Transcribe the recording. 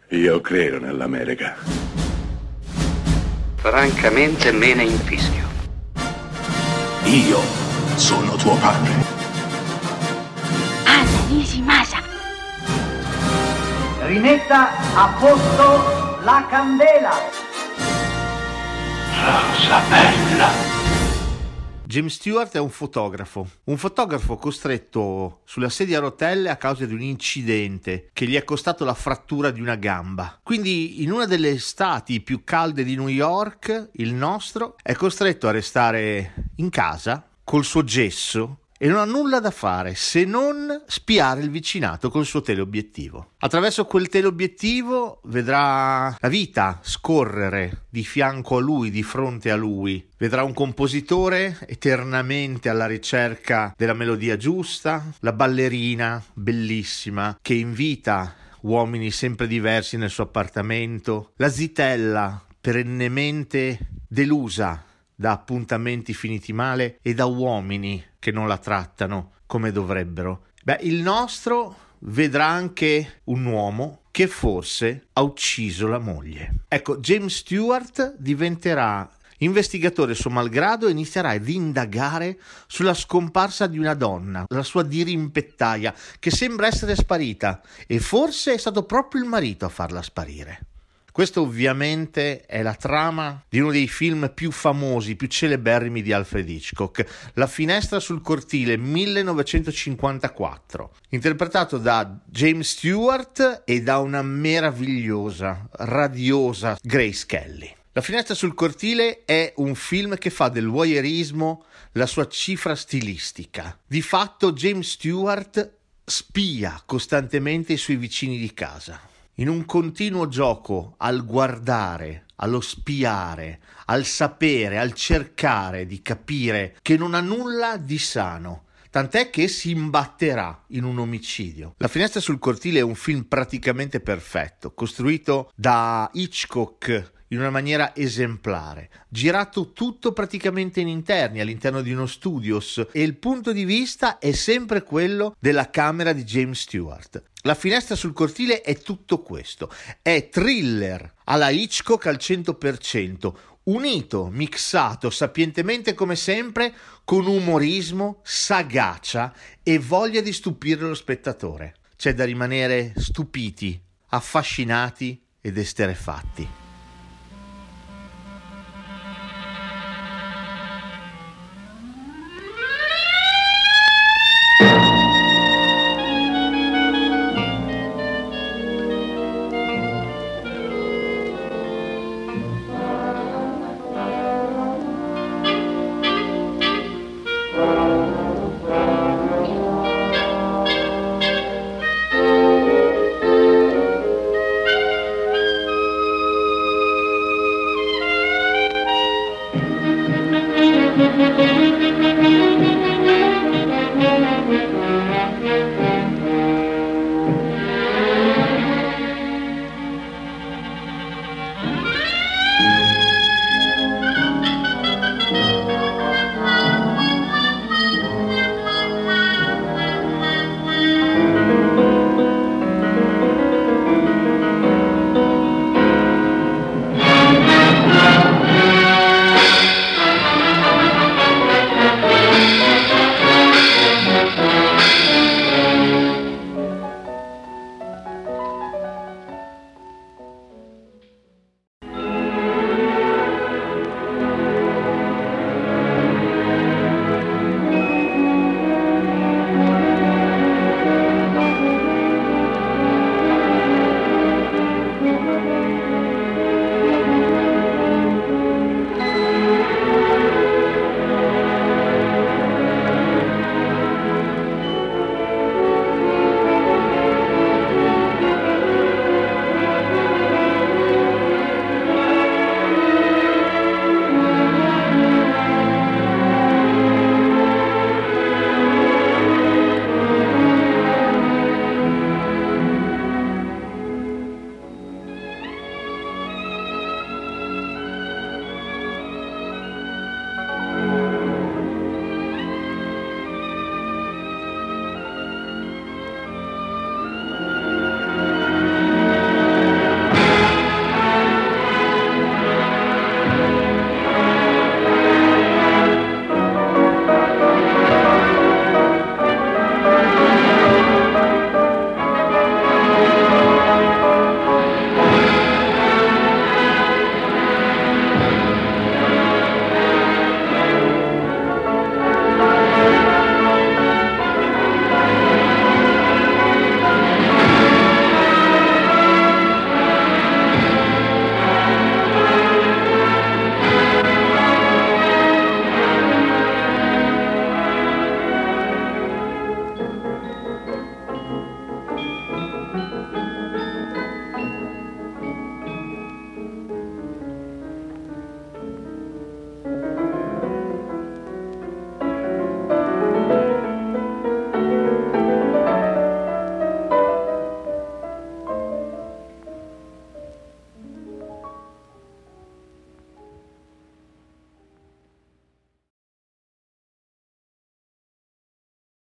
Io credo nell'America. Francamente me ne infischio. Io sono tuo padre. Anna Nishimasa. Rimetta a posto la candela. Rosa bella. James Stewart è un fotografo costretto sulla sedia a rotelle a causa di un incidente che gli è costato la frattura di una gamba. Quindi in una delle estati più calde di New York, il nostro è costretto a restare in casa col suo gesso e non ha nulla da fare se non spiare il vicinato col suo teleobiettivo. Attraverso quel teleobiettivo vedrà la vita scorrere di fianco a lui, di fronte a lui. Vedrà un compositore eternamente alla ricerca della melodia giusta, la ballerina bellissima che invita uomini sempre diversi nel suo appartamento, la zitella perennemente delusa da appuntamenti finiti male e da uomini che non la trattano come dovrebbero. Il nostro vedrà anche un uomo che forse ha ucciso la moglie. Ecco, James Stewart diventerà investigatore suo malgrado e inizierà ad indagare sulla scomparsa di una donna, la sua dirimpettaia, che sembra essere sparita, e forse è stato proprio il marito a farla sparire. Questo ovviamente è la trama di uno dei film più famosi, più celeberrimi di Alfred Hitchcock, La finestra sul cortile, 1954, interpretato da James Stewart e da una meravigliosa, radiosa Grace Kelly. La finestra sul cortile è un film che fa del voyeurismo la sua cifra stilistica. Di fatto James Stewart spia costantemente i suoi vicini di casa. In un continuo gioco al guardare, allo spiare, al sapere, al cercare di capire che non ha nulla di sano, tant'è che si imbatterà in un omicidio. La finestra sul cortile è un film praticamente perfetto, costruito da Hitchcock in una maniera esemplare, girato tutto praticamente in interni, all'interno di uno studios, e il punto di vista è sempre quello della camera di James Stewart. La finestra sul cortile è tutto questo, è thriller alla Hitchcock al 100%, unito, mixato sapientemente come sempre, con umorismo, sagacia e voglia di stupire lo spettatore. C'è da rimanere stupiti, affascinati ed esterrefatti.